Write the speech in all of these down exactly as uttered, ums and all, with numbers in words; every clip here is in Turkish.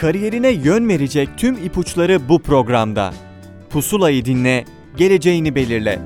Kariyerine yön verecek tüm ipuçları bu programda. Pusulayı dinle, geleceğini belirle.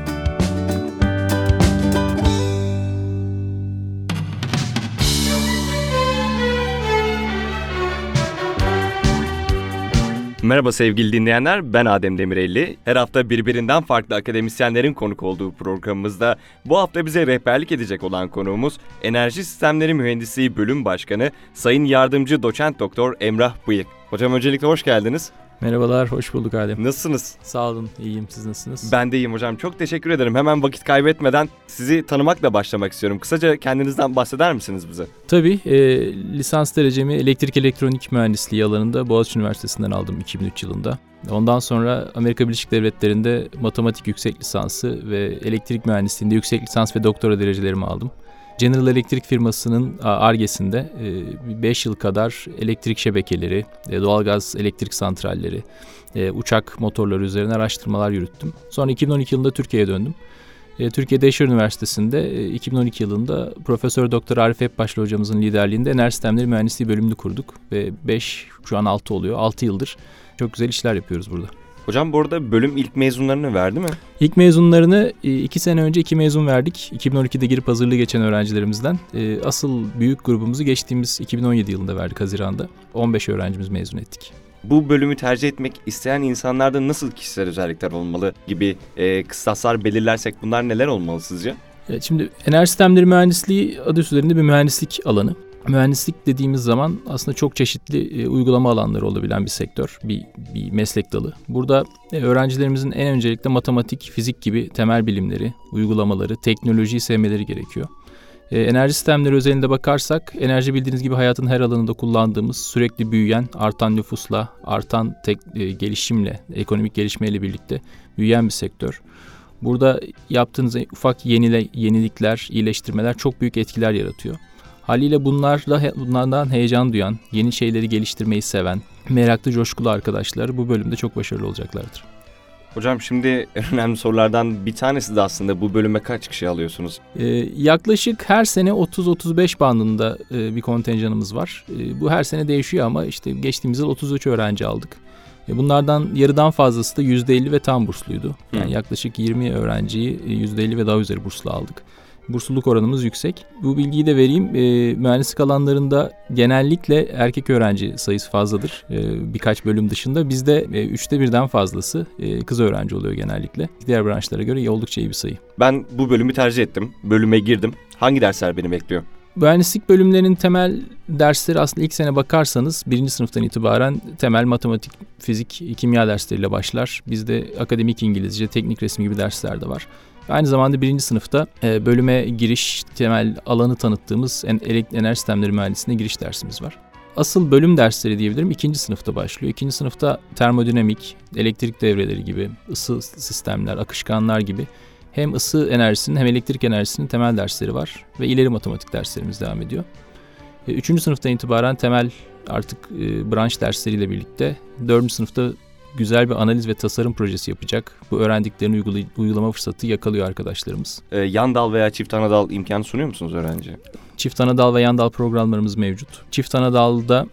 Merhaba sevgili dinleyenler, ben Adem Demirelli. Her hafta birbirinden farklı akademisyenlerin konuk olduğu programımızda bu hafta bize rehberlik edecek olan konuğumuz Enerji Sistemleri Mühendisliği Bölüm Başkanı Sayın Yardımcı Doçent Doktor Emrah Bıyık. Hocam öncelikle hoş geldiniz. Merhabalar, hoş bulduk Adem. Nasılsınız? Sağ olun, iyiyim. Siz nasılsınız? Ben de iyiyim hocam. Çok teşekkür ederim. Hemen vakit kaybetmeden sizi tanımakla başlamak istiyorum. Kısaca kendinizden bahseder misiniz bize? Tabii, e, lisans derecemi elektrik elektronik mühendisliği alanında Boğaziçi Üniversitesi'nden aldım iki bin üç yılında. Ondan sonra Amerika Birleşik Devletleri'nde matematik yüksek lisansı ve elektrik mühendisliğinde yüksek lisans ve doktora derecelerimi aldım. General Electric firmasının Ar-Ge'sinde beş yıl kadar elektrik şebekeleri, doğalgaz elektrik santralleri, uçak motorları üzerine araştırmalar yürüttüm. Sonra iki bin on iki yılında Türkiye'ye döndüm. Türkiye'de Eşer Üniversitesi'nde iki bin on iki yılında Profesör Doktor Arif Epbaşlı hocamızın liderliğinde Enerji Sistemleri Mühendisliği bölümünü kurduk. Ve beş, şu an altı oluyor. altı yıldır çok güzel işler yapıyoruz burada. Hocam bu arada bölüm ilk mezunlarını verdi mi? İlk mezunlarını iki sene önce iki mezun verdik. iki bin on ikide girip hazırlığı geçen öğrencilerimizden. Asıl büyük grubumuzu geçtiğimiz iki bin on yedi yılında verdik, Haziran'da. on beş öğrencimiz mezun ettik. Bu bölümü tercih etmek isteyen insanlarda nasıl kişisel özellikler olmalı gibi e, kıstaslar belirlersek bunlar neler olmalı sizce? Şimdi Enerji Sistemleri Mühendisliği adı üzerinde bir mühendislik alanı. Mühendislik dediğimiz zaman aslında çok çeşitli e, uygulama alanları olabilen bir sektör, bir, bir meslek dalı. Burada e, öğrencilerimizin en öncelikle matematik, fizik gibi temel bilimleri, uygulamaları, teknolojiyi sevmeleri gerekiyor. E, enerji sistemleri özelinde bakarsak, enerji bildiğiniz gibi hayatın her alanında kullandığımız, sürekli büyüyen, artan nüfusla, artan tek, e, gelişimle, ekonomik gelişmeyle birlikte büyüyen bir sektör. Burada yaptığınız ufak yenile, yenilikler, iyileştirmeler çok büyük etkiler yaratıyor. Haliyle bunlarla, bunlardan heyecan duyan, yeni şeyleri geliştirmeyi seven, meraklı, coşkulu arkadaşlar bu bölümde çok başarılı olacaklardır. Hocam şimdi önemli sorulardan bir tanesi de aslında bu bölüme kaç kişi alıyorsunuz? Ee, yaklaşık her sene otuz otuz beş bandında e, bir kontenjanımız var. E, bu her sene değişiyor ama işte geçtiğimiz yıl otuz üç öğrenci aldık. E, bunlardan yarıdan fazlası da yüzde elli ve tam bursluydu. Yani Hı. yaklaşık yirmi öğrenciyi yüzde elli ve daha üzeri burslu aldık. Bursluluk oranımız yüksek. Bu bilgiyi de vereyim. E, mühendislik alanlarında genellikle erkek öğrenci sayısı fazladır. E, birkaç bölüm dışında. Bizde e, üçte birden fazlası e, kız öğrenci oluyor genellikle. Diğer branşlara göre oldukça iyi bir sayı. Ben bu bölümü tercih ettim. Bölüme girdim. Hangi dersler beni bekliyor? Mühendislik bölümlerinin temel dersleri aslında ilk sene bakarsanız birinci sınıftan itibaren temel matematik, fizik, kimya dersleriyle başlar. Bizde akademik İngilizce, teknik resim gibi dersler de var. Aynı zamanda birinci sınıfta e, bölüme giriş, temel alanı tanıttığımız en, enerji sistemleri mühendisliğine giriş dersimiz var. Asıl bölüm dersleri diyebilirim ikinci sınıfta başlıyor. İkinci sınıfta termodinamik, elektrik devreleri gibi, ısı sistemler, akışkanlar gibi hem ısı enerjisinin hem elektrik enerjisinin temel dersleri var ve ileri matematik derslerimiz devam ediyor. E, üçüncü sınıftan itibaren temel artık e, branş dersleriyle birlikte dördüncü sınıfta güzel bir analiz ve tasarım projesi yapacak. Bu öğrendiklerini uygulay- uygulama fırsatı yakalıyor arkadaşlarımız. Ee, yan dal veya çift ana dal imkanı sunuyor musunuz öğrenciye? Çift ana dal ve yan dal programlarımız mevcut. Çift ana dalda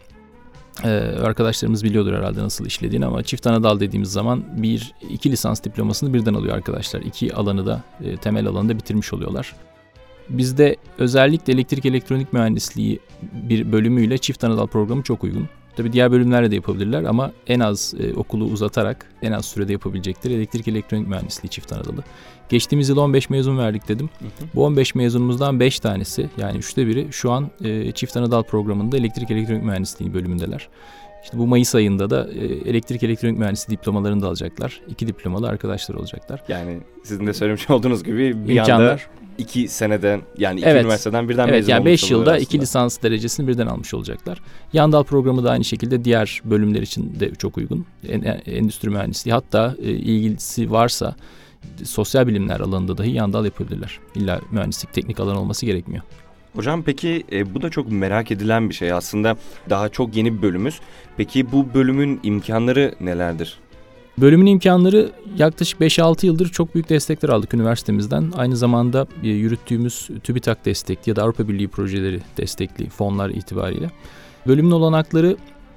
e, arkadaşlarımız biliyordur herhalde nasıl işlediğini ama çift ana dal dediğimiz zaman bir, iki lisans diplomasını birden alıyor arkadaşlar. İki alanı da e, temel alanı da bitirmiş oluyorlar. Bizde özellikle elektrik elektronik mühendisliği bir bölümüyle çift ana dal programı çok uygun. Tabii diğer bölümlerle de yapabilirler ama en az e, okulu uzatarak en az sürede yapabilecekleri elektrik elektronik mühendisliği çift anadalı. Geçtiğimiz yıl on beş mezun verdik dedim. Hı hı. Bu on beş mezunumuzdan beş tanesi yani üçte biri şu an e, çift anadal programında elektrik elektronik mühendisliği bölümündeler. İşte bu Mayıs ayında da e, elektrik elektronik mühendisliği diplomalarını da alacaklar. İki diplomalı arkadaşlar olacaklar. Yani sizin de söylemiş olduğunuz gibi bir İmkanlar. anda iki seneden yani iki evet. üniversiteden birden evet, mezun yani olmuş beş yılda aslında. iki lisans derecesini birden almış olacaklar. Yandal programı da aynı şekilde diğer bölümler için de çok uygun. Endüstri mühendisliği hatta e, ilgisi varsa sosyal bilimler alanında dahi yandal yapabilirler. İlla mühendislik teknik alan olması gerekmiyor. Hocam peki e, bu da çok merak edilen bir şey aslında, daha çok yeni bir bölümümüz. Peki bu bölümün imkanları nelerdir? Bölümün imkanları yaklaşık beş altı yıldır çok büyük destekler aldık üniversitemizden. Aynı zamanda e, yürüttüğümüz TÜBİTAK destekli ya da Avrupa Birliği projeleri destekli fonlar itibariyle. Bölümün olanakları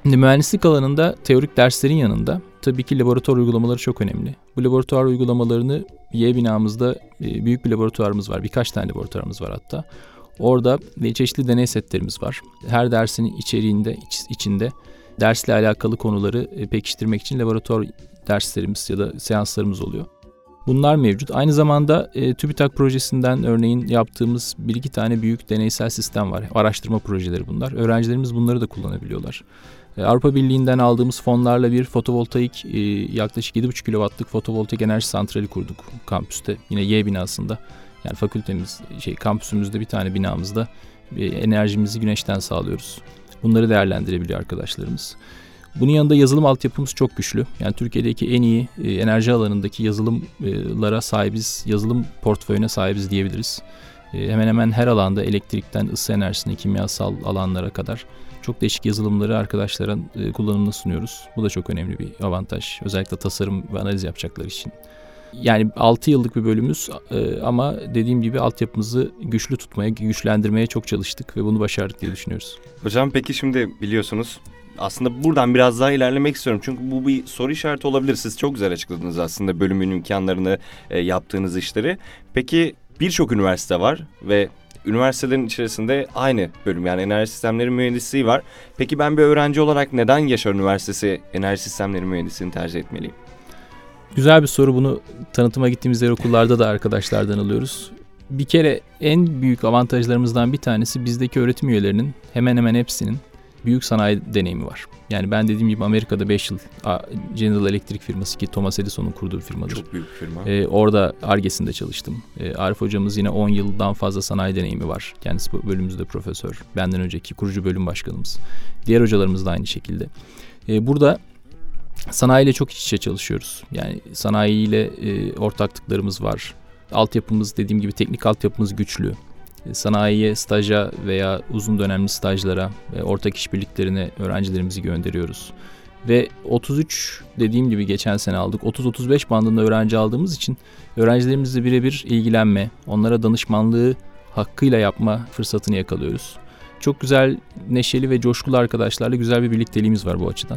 Şimdi mühendislik alanında teorik derslerin yanında tabii ki laboratuvar uygulamaları çok önemli. Bu laboratuvar uygulamalarını Y binamızda büyük bir laboratuvarımız var. Birkaç tane laboratuvarımız var hatta. Orada çeşitli deney setlerimiz var. Her dersin içeriğinde, iç, içinde dersle alakalı konuları pekiştirmek için laboratuvar derslerimiz ya da seanslarımız oluyor. Bunlar mevcut. Aynı zamanda e, TÜBİTAK projesinden örneğin yaptığımız bir iki tane büyük deneysel sistem var. Araştırma projeleri bunlar. Öğrencilerimiz bunları da kullanabiliyorlar. E, Avrupa Birliği'nden aldığımız fonlarla bir fotovoltaik e, yaklaşık yedi buçuk kilowattlık fotovoltaik enerji santrali kurduk kampüste. Yine Y binasında. Yani fakültemiz, şey kampüsümüzde bir tane binamızda e, enerjimizi güneşten sağlıyoruz. Bunları değerlendirebiliyor arkadaşlarımız. Bunun yanında yazılım altyapımız çok güçlü. Yani Türkiye'deki en iyi e, enerji alanındaki yazılımlara sahibiz, yazılım portföyüne sahibiz diyebiliriz. E, hemen hemen her alanda elektrikten ısı enerjisine, kimyasal alanlara kadar çok değişik yazılımları arkadaşların e, kullanımına sunuyoruz. Bu da çok önemli bir avantaj. Özellikle tasarım ve analiz yapacaklar için. Yani altı yıllık bir bölümümüz e, ama dediğim gibi altyapımızı güçlü tutmaya, güçlendirmeye çok çalıştık ve bunu başardık diye düşünüyoruz. Hocam peki şimdi biliyorsunuz aslında buradan biraz daha ilerlemek istiyorum. Çünkü bu bir soru işareti olabilir. Siz çok güzel açıkladınız aslında bölümün imkanlarını, e, yaptığınız işleri. Peki birçok üniversite var ve üniversitelerin içerisinde aynı bölüm yani enerji sistemleri mühendisliği var. Peki ben bir öğrenci olarak neden Yaşar Üniversitesi enerji sistemleri mühendisliğini tercih etmeliyim? Güzel bir soru. Bunu tanıtıma gittiğimiz yer okullarda da arkadaşlardan alıyoruz. Bir kere en büyük avantajlarımızdan bir tanesi bizdeki öğretim üyelerinin hemen hemen hepsinin büyük sanayi deneyimi var. Yani ben dediğim gibi Amerika'da beş yıl General Electric firması ki Thomas Edison'un kurduğu firmadır. Çok büyük bir firma. Ee, orada Ar-Ge'sinde çalıştım. Ee, Arif hocamız yine on yıldan fazla sanayi deneyimi var. Kendisi bölümümüzde profesör. Benden önceki kurucu bölüm başkanımız. Diğer hocalarımız da aynı şekilde. Ee, burada sanayiyle çok iç içe çalışıyoruz. Yani sanayiyle e, ortaklıklarımız var. Altyapımız dediğim gibi teknik altyapımız güçlü. Sanayiye, staja veya uzun dönemli stajlara, ortak işbirliklerine öğrencilerimizi gönderiyoruz. Ve otuz üç dediğim gibi geçen sene aldık. otuz otuz beş bandında öğrenci aldığımız için öğrencilerimizle birebir ilgilenme, onlara danışmanlığı hakkıyla yapma fırsatını yakalıyoruz. Çok güzel, neşeli ve coşkulu arkadaşlarla güzel bir birlikteliğimiz var bu açıdan.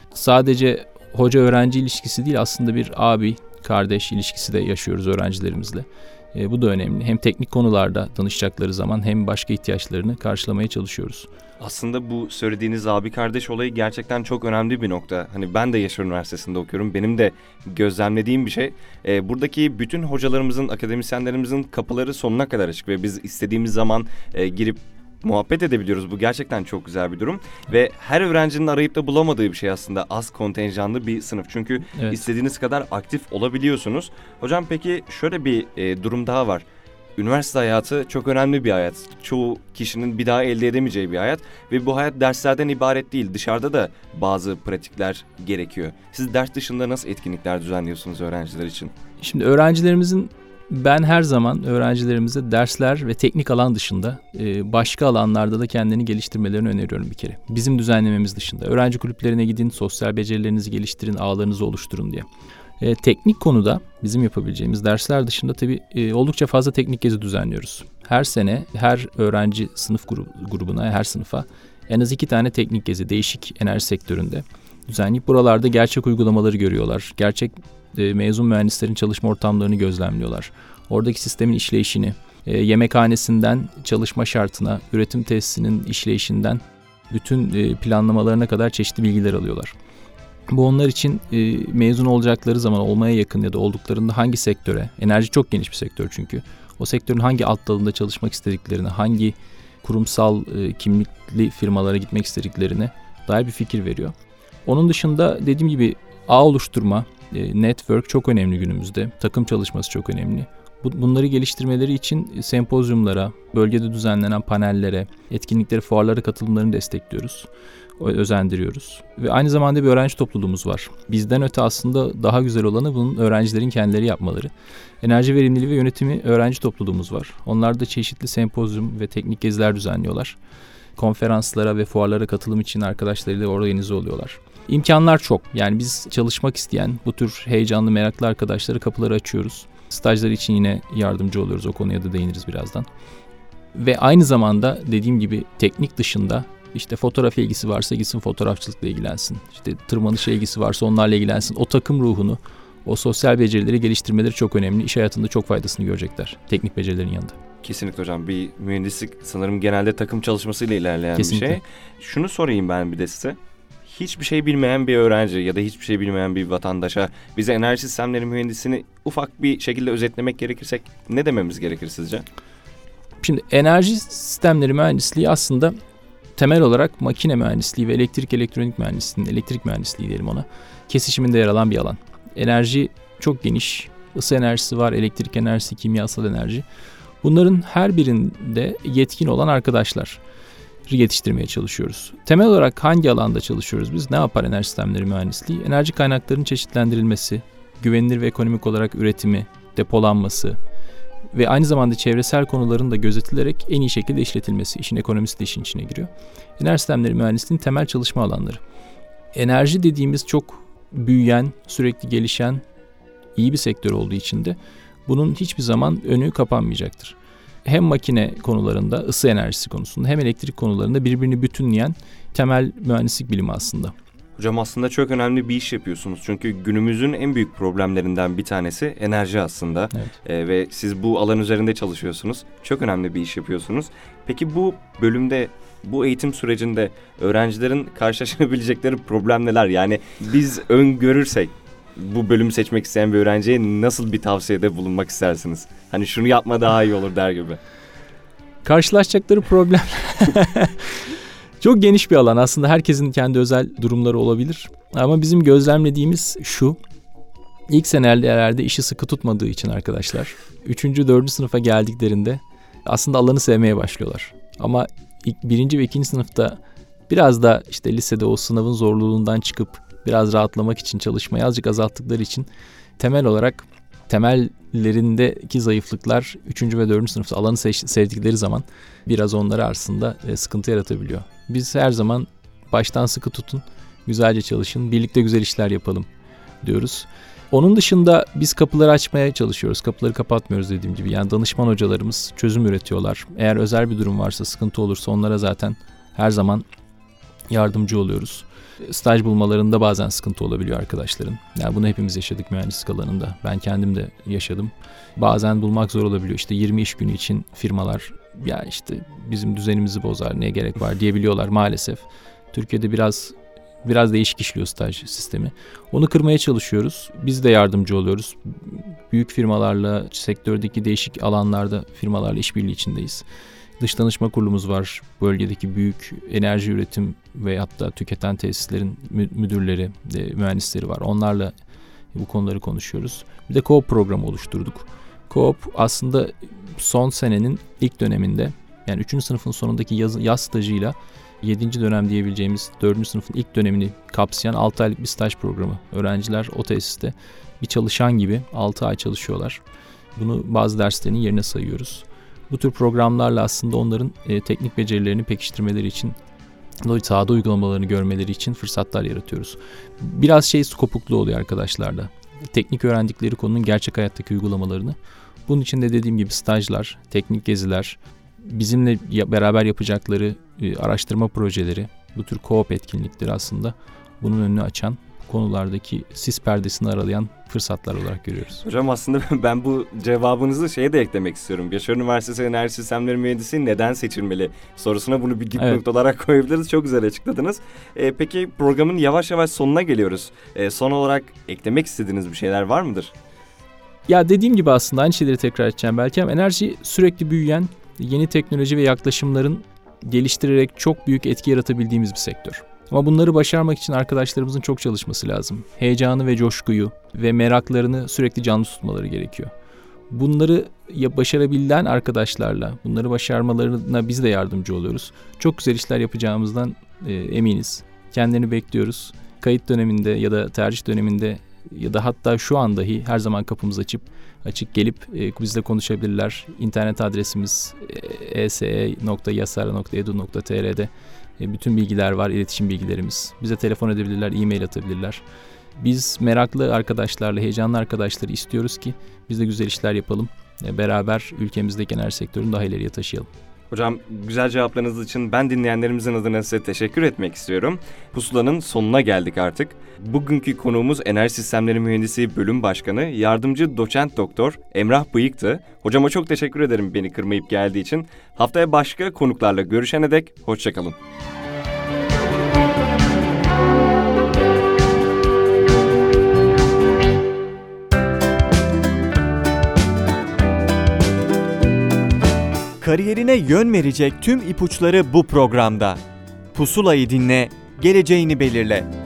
Sadece hoca-öğrenci ilişkisi değil, aslında bir abi-kardeş ilişkisi de yaşıyoruz öğrencilerimizle. E, bu da önemli. Hem teknik konularda danışacakları zaman hem başka ihtiyaçlarını karşılamaya çalışıyoruz. Aslında bu söylediğiniz abi kardeş olayı gerçekten çok önemli bir nokta. Hani ben de Yaşar Üniversitesi'nde okuyorum. Benim de gözlemlediğim bir şey. Ee, buradaki bütün hocalarımızın, akademisyenlerimizin kapıları sonuna kadar açık ve biz istediğimiz zaman e, girip muhabbet edebiliyoruz. Bu gerçekten çok güzel bir durum. Ve her öğrencinin arayıp da bulamadığı bir şey aslında az kontenjanlı bir sınıf. Çünkü evet, istediğiniz kadar aktif olabiliyorsunuz. Hocam peki şöyle bir e, durum daha var. Üniversite hayatı çok önemli bir hayat. Çoğu kişinin bir daha elde edemeyeceği bir hayat. Ve bu hayat derslerden ibaret değil. Dışarıda da bazı pratikler gerekiyor. Siz ders dışında nasıl etkinlikler düzenliyorsunuz öğrenciler için? Şimdi öğrencilerimizin Ben her zaman öğrencilerimize dersler ve teknik alan dışında başka alanlarda da kendini geliştirmelerini öneriyorum bir kere. Bizim düzenlememiz dışında. Öğrenci kulüplerine gidin, sosyal becerilerinizi geliştirin, ağlarınızı oluşturun diye. E, teknik konuda bizim yapabileceğimiz dersler dışında tabii e, oldukça fazla teknik gezi düzenliyoruz. Her sene her öğrenci sınıf grubuna, her sınıfa en az iki tane teknik gezi değişik enerji sektöründe düzenleyip buralarda gerçek uygulamaları görüyorlar. Gerçek e, mezun mühendislerin çalışma ortamlarını gözlemliyorlar. Oradaki sistemin işleyişini, e, yemekhanesinden çalışma şartına, üretim tesisinin işleyişinden bütün e, planlamalarına kadar çeşitli bilgiler alıyorlar. Bu onlar için e, mezun olacakları zaman olmaya yakın ya da olduklarında hangi sektöre, enerji çok geniş bir sektör çünkü, o sektörün hangi alt dalında çalışmak istediklerini, hangi kurumsal e, kimlikli firmalara gitmek istediklerine dair bir fikir veriyor. Onun dışında dediğim gibi ağ oluşturma, e, network çok önemli günümüzde, takım çalışması çok önemli. Bu, bunları geliştirmeleri için sempozyumlara, bölgede düzenlenen panellere, etkinliklere, fuarlara katılımlarını destekliyoruz. Özendiriyoruz. Ve aynı zamanda bir öğrenci topluluğumuz var. Bizden öte aslında daha güzel olanı bunun öğrencilerin kendileri yapmaları. Enerji verimliliği ve yönetimi öğrenci topluluğumuz var. Onlar da çeşitli sempozyum ve teknik geziler düzenliyorlar. Konferanslara ve fuarlara katılım için arkadaşlarıyla organize oluyorlar. İmkanlar çok. Yani biz çalışmak isteyen bu tür heyecanlı, meraklı arkadaşlara kapıları açıyoruz. Stajlar için yine yardımcı oluyoruz. O konuya da değiniriz birazdan. Ve aynı zamanda dediğim gibi teknik dışında İşte fotoğraf ilgisi varsa gitsin fotoğrafçılıkla ilgilensin. İşte tırmanışa ilgisi varsa onlarla ilgilensin. O takım ruhunu, o sosyal becerileri geliştirmeleri çok önemli. İş hayatında çok faydasını görecekler teknik becerilerin yanında. Kesinlikle hocam. Bir mühendislik sanırım genelde takım çalışmasıyla ilerleyen Kesinlikle. bir şey. Şunu sorayım ben bir de size. Hiçbir şey bilmeyen bir öğrenci ya da hiçbir şey bilmeyen bir vatandaşa bize enerji sistemleri mühendisini ufak bir şekilde özetlemek gerekirsek ne dememiz gerekir sizce? Şimdi enerji sistemleri mühendisliği aslında temel olarak makine mühendisliği ve elektrik elektronik mühendisliğinin, elektrik mühendisliği diyelim ona, kesişiminde yer alan bir alan. Enerji çok geniş. Isı enerjisi var, elektrik enerjisi, kimyasal enerji. Bunların her birinde yetkin olan arkadaşlar yetiştirmeye çalışıyoruz. Temel olarak hangi alanda çalışıyoruz biz? Ne yapar enerji sistemleri mühendisliği? Enerji kaynaklarının çeşitlendirilmesi, güvenilir ve ekonomik olarak üretimi, depolanması ve aynı zamanda çevresel konuların da gözetilerek en iyi şekilde işletilmesi. İşin ekonomisi de işin içine giriyor. Enerji sistemleri mühendisliğinin temel çalışma alanları. Enerji dediğimiz çok büyüyen, sürekli gelişen iyi bir sektör olduğu için de bunun hiçbir zaman önü kapanmayacaktır. Hem makine konularında, ısı enerjisi konusunda hem elektrik konularında birbirini bütünleyen temel mühendislik bilimi aslında. Hocam aslında çok önemli bir iş yapıyorsunuz. Çünkü günümüzün en büyük problemlerinden bir tanesi enerji aslında. Evet. Ee, ve siz bu alan üzerinde çalışıyorsunuz. Çok önemli bir iş yapıyorsunuz. Peki bu bölümde, bu eğitim sürecinde öğrencilerin karşılaşabilecekleri problem neler? Yani biz öngörürsek bu bölümü seçmek isteyen bir öğrenciye nasıl bir tavsiyede bulunmak istersiniz? Hani şunu yapma daha iyi olur der gibi. Karşılaşacakları problem çok geniş bir alan. Aslında herkesin kendi özel durumları olabilir. Ama bizim gözlemlediğimiz şu. İlk senelerde işi sıkı tutmadığı için arkadaşlar üçüncü dördüncü sınıfa geldiklerinde aslında alanı sevmeye başlıyorlar. Ama ilk birinci ve ikinci sınıfta biraz da işte lisede o sınavın zorluğundan çıkıp biraz rahatlamak için çalışmayı azıcık azalttıkları için temel olarak temellerindeki zayıflıklar üçüncü ve dördüncü sınıfta alanı sevdikleri zaman biraz onları aslında sıkıntı yaratabiliyor. Biz her zaman baştan sıkı tutun, güzelce çalışın, birlikte güzel işler yapalım diyoruz. Onun dışında biz kapıları açmaya çalışıyoruz. Kapıları kapatmıyoruz dediğim gibi. Yani danışman hocalarımız çözüm üretiyorlar. Eğer özel bir durum varsa, sıkıntı olursa onlara zaten her zaman yardımcı oluyoruz. Staj bulmalarında bazen sıkıntı olabiliyor arkadaşların. Yani bunu hepimiz yaşadık mühendislik alanında. Ben kendim de yaşadım. Bazen bulmak zor olabiliyor. İşte yirmi iş günü için firmalar ya işte bizim düzenimizi bozar, ne gerek var diyebiliyorlar maalesef. Türkiye'de biraz biraz değişik işliyor staj sistemi. Onu kırmaya çalışıyoruz. Biz de yardımcı oluyoruz. Büyük firmalarla, sektördeki değişik alanlarda firmalarla işbirliği içindeyiz. Dış danışma kurulumuz var. Bölgedeki büyük enerji üretim ve hatta tüketen tesislerin müdürleri, mühendisleri var. Onlarla bu konuları konuşuyoruz. Bir de Co-op programı oluşturduk. Co-op aslında son senenin ilk döneminde, yani üçüncü sınıfın sonundaki yaz, yaz stajıyla yedinci dönem diyebileceğimiz dördüncü sınıfın ilk dönemini kapsayan altı aylık bir staj programı. Öğrenciler o tesiste bir çalışan gibi altı ay çalışıyorlar. Bunu bazı derslerinin yerine sayıyoruz. Bu tür programlarla aslında onların e, teknik becerilerini pekiştirmeleri için, sahada uygulamalarını görmeleri için fırsatlar yaratıyoruz. Biraz şey kopukluğu oluyor arkadaşlarla. Teknik öğrendikleri konunun gerçek hayattaki uygulamalarını. Bunun için de dediğim gibi stajlar, teknik geziler, bizimle beraber yapacakları e, araştırma projeleri, bu tür co-op etkinlikleri aslında bunun önünü açan, konulardaki sis perdesini aralayan fırsatlar olarak görüyoruz. Hocam aslında ben bu cevabınızı şeye de eklemek istiyorum. Yaşar Üniversitesi Enerji Sistemleri Mühendisi neden seçilmeli sorusuna bunu bir dipnot evet. olarak koyabiliriz. Çok güzel açıkladınız. Ee, peki programın yavaş yavaş sonuna geliyoruz. Ee, son olarak eklemek istediğiniz bir şeyler var mıdır? Ya dediğim gibi aslında aynı şeyleri tekrar edeceğim belki ama enerji sürekli büyüyen, yeni teknoloji ve yaklaşımların geliştirerek çok büyük etki yaratabildiğimiz bir sektör. Ama bunları başarmak için arkadaşlarımızın çok çalışması lazım. Heyecanı ve coşkuyu ve meraklarını sürekli canlı tutmaları gerekiyor. Bunları başarabilen arkadaşlarla, bunları başarmalarına biz de yardımcı oluyoruz. Çok güzel işler yapacağımızdan e, eminiz. Kendilerini bekliyoruz. Kayıt döneminde ya da tercih döneminde ya da hatta şu an dahi her zaman kapımız açıp açık gelip e, bizle konuşabilirler. İnternet adresimiz e s e nokta yasara nokta edu nokta t r'de e, bütün bilgiler var, iletişim bilgilerimiz. Bize telefon edebilirler, e-mail atabilirler. Biz meraklı arkadaşlarla, heyecanlı arkadaşları istiyoruz ki biz de güzel işler yapalım. E, beraber ülkemizdeki enerji sektörünü daha ileriye taşıyalım. Hocam, güzel cevaplarınız için ben dinleyenlerimizin adına size teşekkür etmek istiyorum. Pusula'nın sonuna geldik artık. Bugünkü konuğumuz Enerji Sistemleri Mühendisi Bölüm Başkanı, Yardımcı Doçent Doktor Emrah Bıyık'tı. Hocama çok teşekkür ederim beni kırmayıp geldiği için. Haftaya başka konuklarla görüşene dek hoşçakalın. Kariyerine yön verecek tüm ipuçları bu programda. Pusulayı dinle, geleceğini belirle.